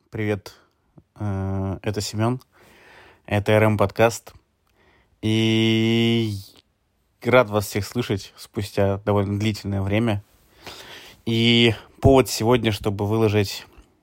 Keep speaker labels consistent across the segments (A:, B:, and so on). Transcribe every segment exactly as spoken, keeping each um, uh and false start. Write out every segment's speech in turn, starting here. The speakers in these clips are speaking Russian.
A: Привет, э, это Семен, это эр эм подкаст, и рад вас всех слышать спустя довольно длительное время. И повод сегодня, чтобы выложить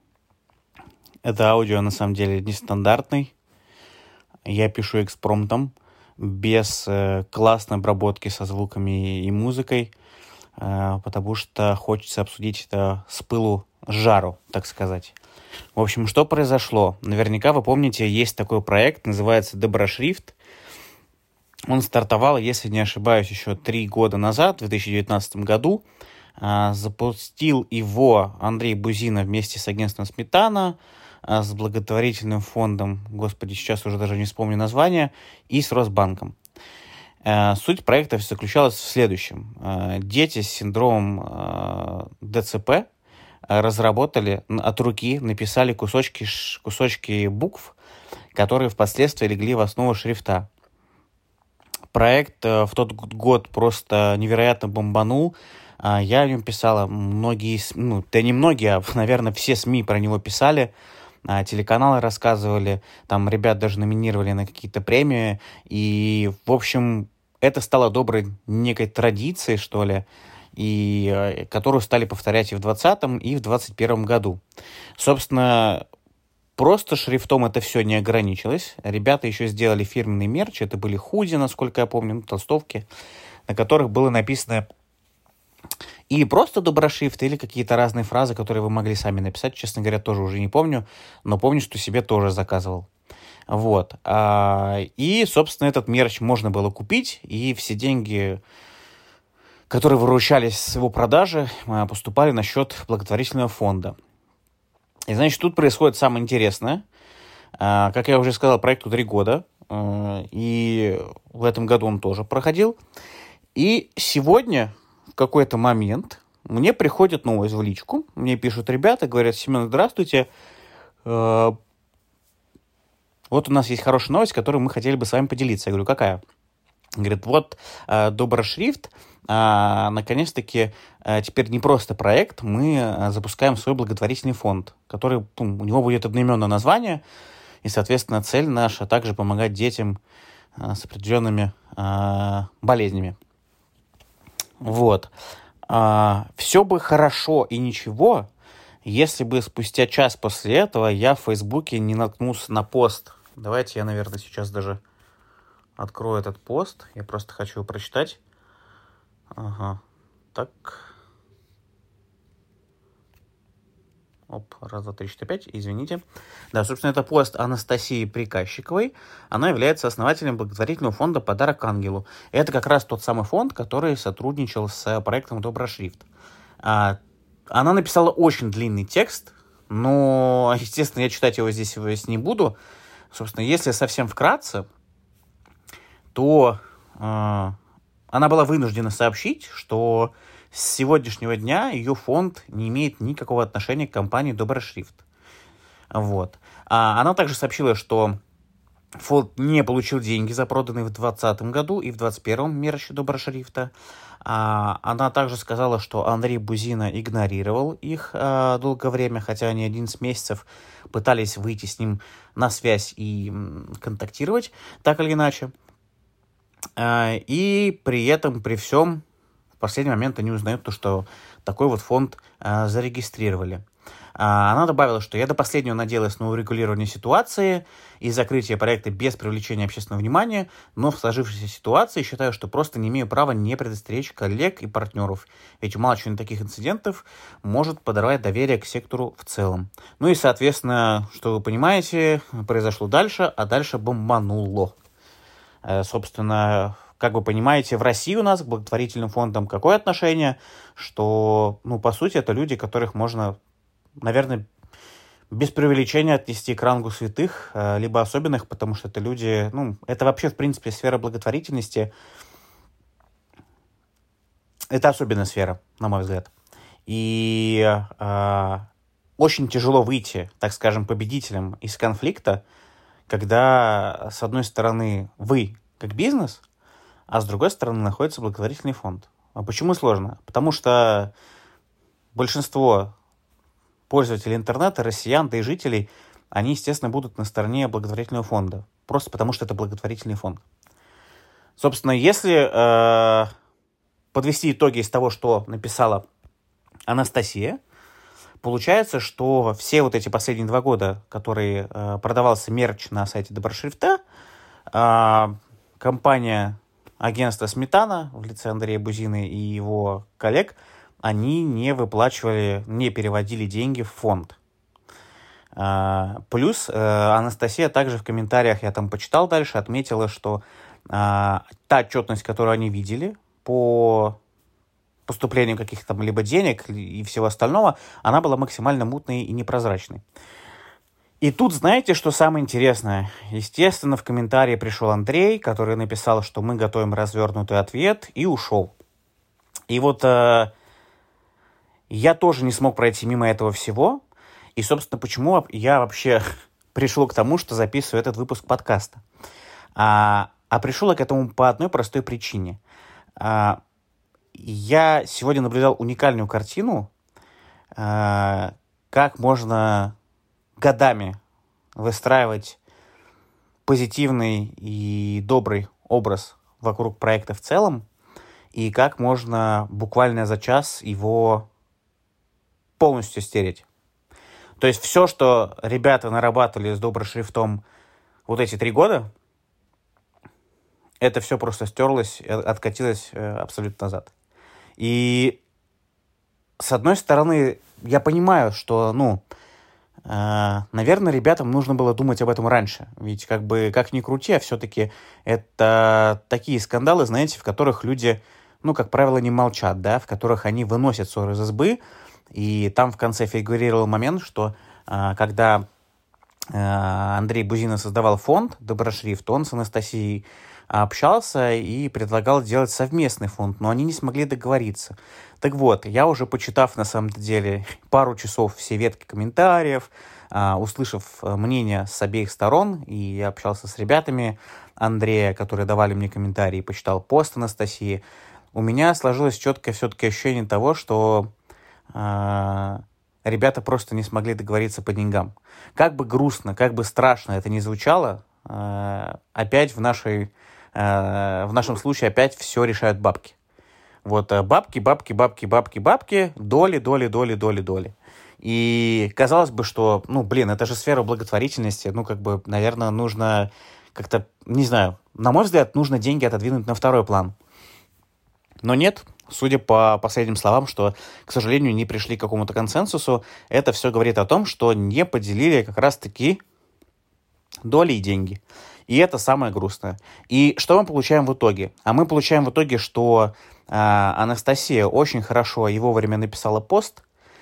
A: это аудио, на самом деле нестандартный. Я пишу экспромтом, без э, классной обработки со звуками и музыкой, э, потому что хочется обсудить это с пылу с жару, так сказать. В общем, что произошло? Наверняка вы помните, есть такой проект, называется Доброшрифт. Он стартовал, если не ошибаюсь, еще три года назад, в две тысячи девятнадцатом году. А, запустил его Андрей Бузина вместе с агентством «Сметана», а, с благотворительным фондом, господи, сейчас уже даже не вспомню название, и с Росбанком. А, суть проекта заключалась в следующем. А, дети с синдромом а, дэ цэ пэ разработали от руки, написали кусочки, кусочки букв, которые впоследствии легли в основу шрифта. Проект в тот год просто невероятно бомбанул. Я о нем писала, многие, ну, да не многие, а, наверное, все СМИ про него писали, телеканалы рассказывали, там ребят даже номинировали на какие-то премии. И, в общем, это стало доброй некой традицией, что ли, и которую стали повторять и в двадцатом, и в двадцать первом году. Собственно, просто шрифтом это все не ограничилось. Ребята еще сделали фирменный мерч, это были худи, насколько я помню, ну, толстовки, на которых было написано или просто доброшрифт, или какие-то разные фразы, которые вы могли сами написать. Честно говоря, тоже уже не помню, но помню, что себе тоже заказывал. Вот. И, собственно, этот мерч можно было купить, и все деньги, которые выручались с его продажи, поступали на счет благотворительного фонда. И, значит, тут происходит самое интересное. Как я уже сказал, проекту три года, и в этом году он тоже проходил. И сегодня, в какой-то момент, мне приходит новость в личку, мне пишут ребята, говорят: Семен, здравствуйте, вот у нас есть хорошая новость, которую мы хотели бы с вами поделиться. Я говорю: какая? Говорит: вот Доброшрифт, наконец-таки, теперь не просто проект, мы запускаем свой благотворительный фонд, который, ну, у него будет одноименное название, и, соответственно, цель наша также помогать детям с определенными болезнями. Вот. Все бы хорошо и ничего, если бы спустя час после этого я в Фейсбуке не наткнулся на пост. Давайте я, наверное, сейчас даже открою этот пост. Я просто хочу его прочитать. Ага. Так. Оп, раз, два, три, четыре, пять. Извините. Да, собственно, это пост Анастасии Приказчиковой. Она является основателем благотворительного фонда «Подарок ангелу». Это как раз тот самый фонд, который сотрудничал с проектом Доброшрифт. Она написала очень длинный текст, но, естественно, я читать его здесь не буду. Собственно, если совсем вкратце, то э, она была вынуждена сообщить, что с сегодняшнего дня ее фонд не имеет никакого отношения к компании Доброшрифт. Вот. А она также сообщила, что фонд не получил деньги за проданные в двадцатом году и в двадцать первом мерче Доброшрифта. А она также сказала, что Андрей Бузина игнорировал их а, долгое время, хотя они одиннадцать месяцев пытались выйти с ним на связь и м, контактировать, так или иначе. А, и при этом, при всем, в последний момент они узнают то, что такой вот фонд а, зарегистрировали. А, она добавила, что я до последнего надеялась на урегулирование ситуации и закрытие проекта без привлечения общественного внимания, но в сложившейся ситуации считаю, что просто не имею права не предостеречь коллег и партнеров, ведь умалчивание таких инцидентов может подорвать доверие к сектору в целом. Ну и, соответственно, что вы понимаете, произошло дальше, а дальше бомбануло. Собственно, как вы понимаете, в России у нас к благотворительным фондам какое отношение? Что, ну, по сути, это люди, которых можно, наверное, без преувеличения отнести к рангу святых, либо особенных, потому что это люди, ну, это вообще, в принципе, сфера благотворительности. Это особенная сфера, на мой взгляд. И э, очень тяжело выйти, так скажем, победителем из конфликта, когда, с одной стороны, вы как бизнес, а с другой стороны находится благотворительный фонд. А почему сложно? Потому что большинство пользователей интернета, россиян, да и жителей, они, естественно, будут на стороне благотворительного фонда. Просто потому, что это благотворительный фонд. Собственно, если э, подвести итоги из того, что написала Анастасия, получается, что все вот эти последние два года, которые э, продавался мерч на сайте Доброшрифта, э, компания, агентство «Сметана» в лице Андрея Бузины и его коллег, они не выплачивали, не переводили деньги в фонд. Э, плюс э, Анастасия также в комментариях, я там почитал дальше, отметила, что э, та отчетность, которую они видели по поступлению каких-то там либо денег и всего остального, она была максимально мутной и непрозрачной. И тут, знаете, что самое интересное? Естественно, в комментарии пришел Андрей, который написал, что мы готовим развернутый ответ, и ушел. И вот э, я тоже не смог пройти мимо этого всего. И, собственно, почему я вообще пришел к тому, что записываю этот выпуск подкаста. А, а пришел я к этому по одной простой причине. А, Я сегодня наблюдал уникальную картину, э, как можно годами выстраивать позитивный и добрый образ вокруг проекта в целом, и как можно буквально за час его полностью стереть. То есть все, что ребята нарабатывали с Доброшрифтом вот эти три года, это все просто стерлось, откатилось э, абсолютно назад. И, с одной стороны, я понимаю, что, ну, э, наверное, ребятам нужно было думать об этом раньше. Ведь, как бы, как ни крути, а все-таки это такие скандалы, знаете, в которых люди, ну, как правило, не молчат, да, в которых они выносят ссор из избы. И там в конце фигурировал момент, что э, когда э, Андрей Бузина создавал фонд Доброшрифт, он с Анастасией общался и предлагал делать совместный фонд, но они не смогли договориться. Так вот, я уже почитав, на самом деле, пару часов все ветки комментариев, а, услышав мнение с обеих сторон, и я общался с ребятами Андрея, которые давали мне комментарии, почитал пост Анастасии, у меня сложилось четкое все-таки ощущение того, что а, ребята просто не смогли договориться по деньгам. Как бы грустно, как бы страшно это ни звучало, а, опять в нашей в нашем случае опять все решают бабки. Вот бабки, бабки, бабки, бабки, бабки, доли, доли, доли, доли, доли. И казалось бы, что, ну, блин, это же сфера благотворительности, ну, как бы, наверное, нужно как-то, не знаю, на мой взгляд, нужно деньги отодвинуть на второй план. Но нет, судя по последним словам, что, к сожалению, не пришли к какому-то консенсусу, это все говорит о том, что не поделили как раз-таки доли и деньги. И это самое грустное. И что мы получаем в итоге? А мы получаем в итоге, что э, Анастасия очень хорошо и вовремя написала пост.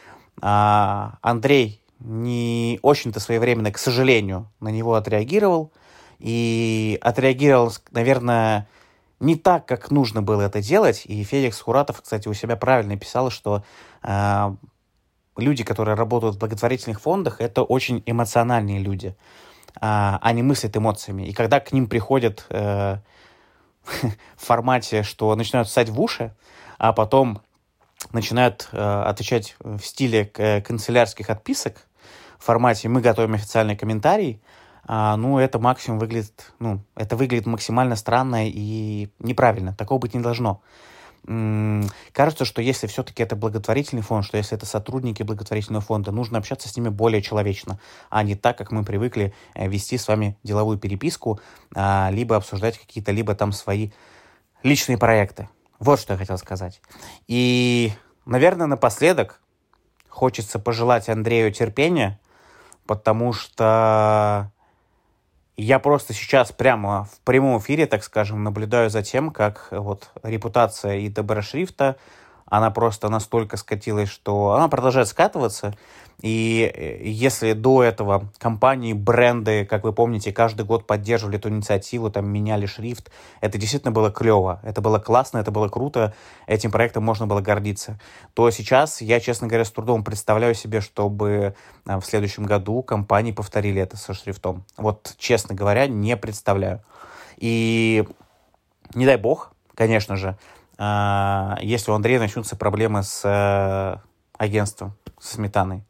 A: Э, Андрей не очень-то своевременно, к сожалению, на него отреагировал. И отреагировал, наверное, не так, как нужно было это делать. И Феликс Хуратов, кстати, у себя правильно писал, что э, люди, которые работают в благотворительных фондах, это очень эмоциональные люди. Они мыслят эмоциями. И когда к ним приходят э, в формате, что начинают ссать в уши, а потом начинают э, отвечать в стиле канцелярских отписок, в формате «мы готовим официальный комментарий», э, ну, это максимум выглядит, ну, это выглядит максимально странно и неправильно. Такого быть не должно. Кажется, что если все-таки это благотворительный фонд, что если это сотрудники благотворительного фонда, нужно общаться с ними более человечно, а не так, как мы привыкли вести с вами деловую переписку, либо обсуждать какие-то, либо там свои личные проекты. Вот что я хотел сказать. И, наверное, напоследок хочется пожелать Андрею терпения, потому что я просто сейчас прямо в прямом эфире, так скажем, наблюдаю за тем, как вот репутация и Доброшрифта, она просто настолько скатилась, что она продолжает скатываться. И если до этого компании, бренды, как вы помните, каждый год поддерживали эту инициативу, там меняли шрифт, это действительно было клево, это было классно, это было круто, этим проектом можно было гордиться, то сейчас я, честно говоря, с трудом представляю себе, чтобы в следующем году компании повторили это со шрифтом. Вот, честно говоря, не представляю. И не дай бог, конечно же, если у Андрея начнутся проблемы с агентством, со Сметаной.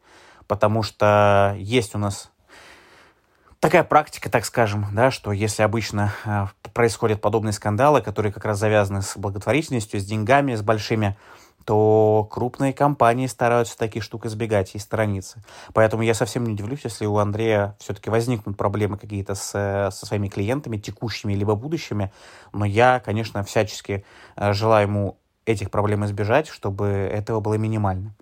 A: потому что есть у нас такая практика, так скажем, да, что если обычно э, происходят подобные скандалы, которые как раз завязаны с благотворительностью, с деньгами, с большими, то крупные компании стараются таких штук избегать и сторониться. Поэтому я совсем не удивлюсь, если у Андрея все-таки возникнут проблемы какие-то с, со своими клиентами, текущими либо будущими. Но я, конечно, всячески э, желаю ему этих проблем избежать, чтобы этого было минимально.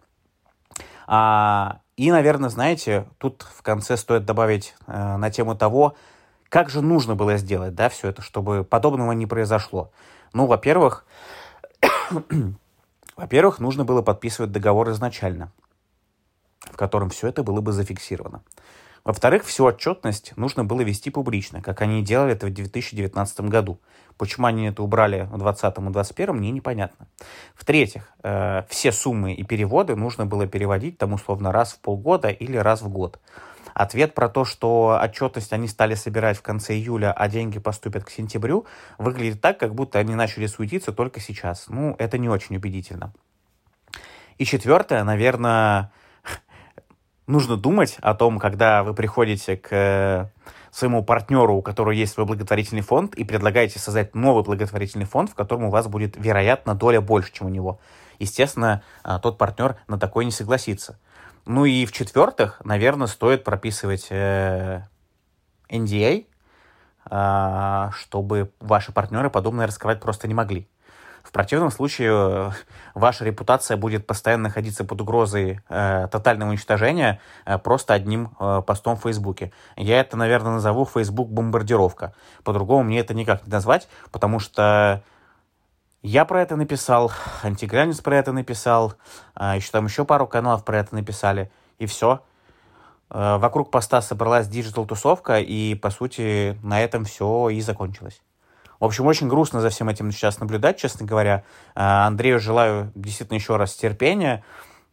A: А, и, наверное, знаете, тут в конце стоит добавить э, на тему того, как же нужно было сделать, да, все это, чтобы подобного не произошло. Ну, во-первых, во-первых, нужно было подписывать договор изначально, в котором все это было бы зафиксировано. Во-вторых, всю отчетность нужно было вести публично, как они делали это в две тысячи девятнадцатом году. Почему они это убрали в двадцатом и двадцать первом, мне непонятно. В-третьих, э, все суммы и переводы нужно было переводить там условно раз в полгода или раз в год. Ответ про то, что отчетность они стали собирать в конце июля, а деньги поступят к сентябрю, выглядит так, как будто они начали суетиться только сейчас. Ну, это не очень убедительно. И четвертое, наверное, нужно думать о том, когда вы приходите к своему партнеру, у которого есть свой благотворительный фонд, и предлагаете создать новый благотворительный фонд, в котором у вас будет, вероятно, доля больше, чем у него. Естественно, тот партнер на такое не согласится. Ну и в-четвертых, наверное, стоит прописывать э, эн ди эй, э, чтобы ваши партнеры подобное раскрывать просто не могли. В противном случае ваша репутация будет постоянно находиться под угрозой э, тотального уничтожения э, просто одним э, постом в Фейсбуке. Я это, наверное, назову Facebook-бомбардировка. По-другому мне это никак не назвать, потому что я про это написал, Антиглянец про это написал, э, еще там еще пару каналов про это написали, и все. Э, вокруг поста собралась диджитал-тусовка, и, по сути, на этом все и закончилось. В общем, очень грустно за всем этим сейчас наблюдать, честно говоря. Андрею желаю действительно еще раз терпения.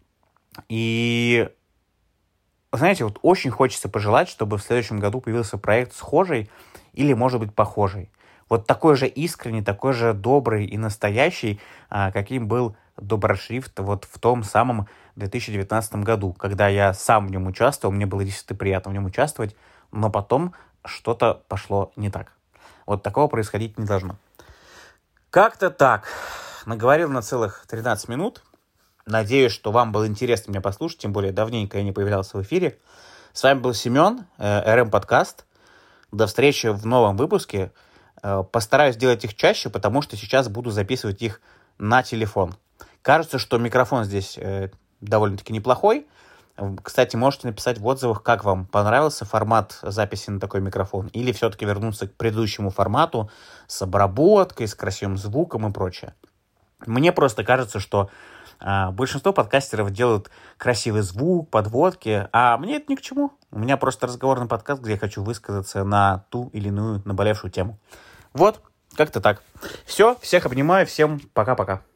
A: И, знаете, вот очень хочется пожелать, чтобы в следующем году появился проект схожий или, может быть, похожий. Вот такой же искренний, такой же добрый и настоящий, каким был Доброшрифт вот в том самом две тысячи девятнадцатом году, когда я сам в нем участвовал, мне было действительно приятно в нем участвовать, но потом что-то пошло не так. Вот такого происходить не должно. Как-то так. Наговорил на целых тринадцать минут. Надеюсь, что вам было интересно меня послушать, тем более давненько я не появлялся в эфире. С вами был Семен, эр эм Подкаст. До встречи в новом выпуске. Постараюсь делать их чаще, потому что сейчас буду записывать их на телефон. Кажется, что микрофон здесь довольно-таки неплохой. Кстати, можете написать в отзывах, как вам понравился формат записи на такой микрофон, или все-таки вернуться к предыдущему формату с обработкой, с красивым звуком и прочее. Мне просто кажется, что а, большинство подкастеров делают красивый звук, подводки, а мне это ни к чему. У меня просто разговорный подкаст, где я хочу высказаться на ту или иную наболевшую тему. Вот, как-то так. Все, всех обнимаю, всем пока-пока.